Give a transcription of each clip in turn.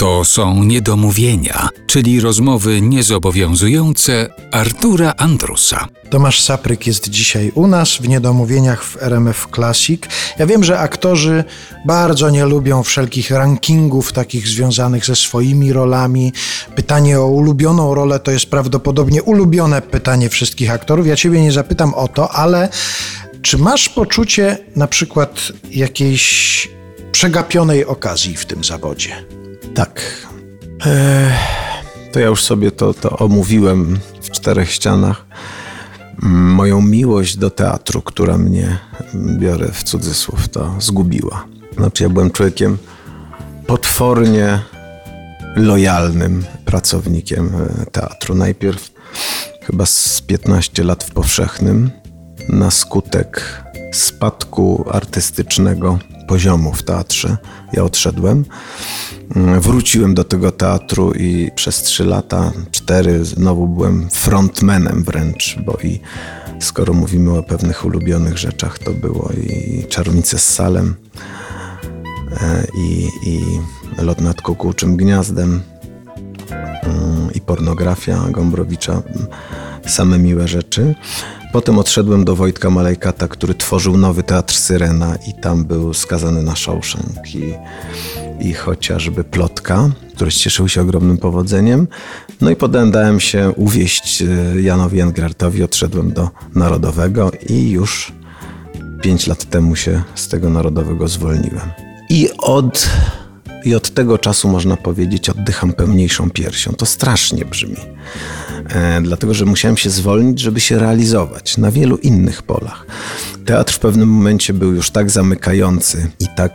To są niedomówienia, czyli rozmowy niezobowiązujące Artura Andrusa. Tomasz Sapryk jest dzisiaj u nas w Niedomówieniach w RMF Classic. Ja wiem, że aktorzy bardzo nie lubią wszelkich rankingów takich związanych ze swoimi rolami. Pytanie o ulubioną rolę to jest prawdopodobnie ulubione pytanie wszystkich aktorów. Ja ciebie nie zapytam o to, ale czy masz poczucie na przykład jakiejś przegapionej okazji w tym zawodzie? Tak. To ja już sobie to omówiłem w 4 ścianach. Moją miłość do teatru, która mnie, biorę w cudzysłów, to zgubiła. Znaczy ja byłem człowiekiem potwornie lojalnym pracownikiem teatru. Najpierw chyba z 15 lat w Powszechnym, na skutek spadku artystycznego poziomu w teatrze. Ja odszedłem. Wróciłem do tego teatru i przez 3 lata, 4 znowu byłem frontmanem wręcz, bo i skoro mówimy o pewnych ulubionych rzeczach, to było i Czarownice z Salem, i Lot nad kukułczym gniazdem, i Pornografia Gombrowicza. Same miłe rzeczy. Potem odszedłem do Wojtka Malejkata, który tworzył nowy teatr Syrena i tam był Skazany na Shawshank i chociażby Plotka, które cieszyły się ogromnym powodzeniem. No i potem dałem się uwieść Janowi Engertowi, odszedłem do Narodowego i już 5 lat temu się z tego Narodowego zwolniłem. I od tego czasu, można powiedzieć, oddycham pełniejszą piersią. To strasznie brzmi. Dlatego, że musiałem się zwolnić, żeby się realizować na wielu innych polach. Teatr w pewnym momencie był już tak zamykający i tak,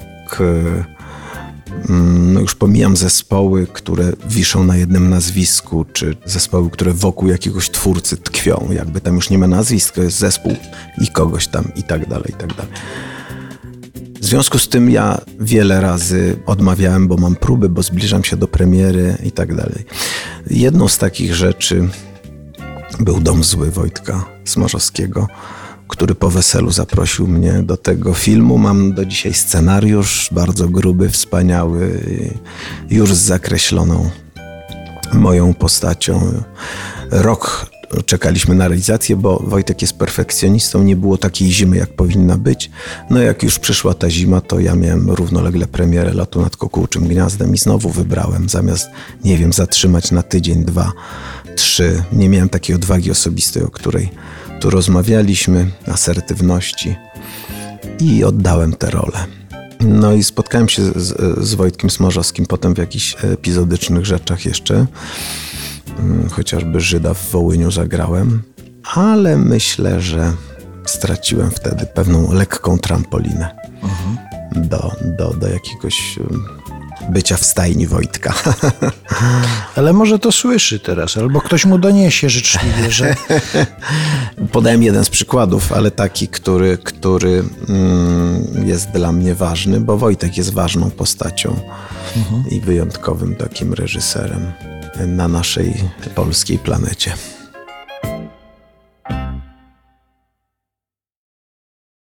już pomijam zespoły, które wiszą na jednym nazwisku, czy zespoły, które wokół jakiegoś twórcy tkwią. Jakby tam już nie ma nazwisk, to jest zespół i kogoś tam i tak dalej, i tak dalej. W związku z tym ja wiele razy odmawiałem, bo mam próby, bo zbliżam się do premiery i tak dalej. Jedną z takich rzeczy był Dom zły Wojtka Smarzowskiego, który po weselu zaprosił mnie do tego filmu. Mam do dzisiaj scenariusz, bardzo gruby, wspaniały, już z zakreśloną moją postacią. Rok czekaliśmy na realizację, bo Wojtek jest perfekcjonistą, nie było takiej zimy, jak powinna być. No jak już przyszła ta zima, to ja miałem równolegle premierę Lotu nad kukułczym gniazdem i znowu wybrałem, zamiast, nie wiem, zatrzymać na tydzień, 2, 3. Nie miałem takiej odwagi osobistej, o której tu rozmawialiśmy, asertywności i oddałem tę rolę. No i spotkałem się z Wojtkiem Smarzowskim potem w jakichś epizodycznych rzeczach jeszcze. Chociażby Żyda w Wołyniu zagrałem, ale myślę, że straciłem wtedy pewną lekką trampolinę do jakiegoś bycia w stajni Wojtka. Ale może to słyszy teraz, albo ktoś mu doniesie życzliwie, że... Podałem jeden z przykładów, ale taki, który jest dla mnie ważny, bo Wojtek jest ważną postacią i wyjątkowym takim reżyserem na naszej polskiej planecie.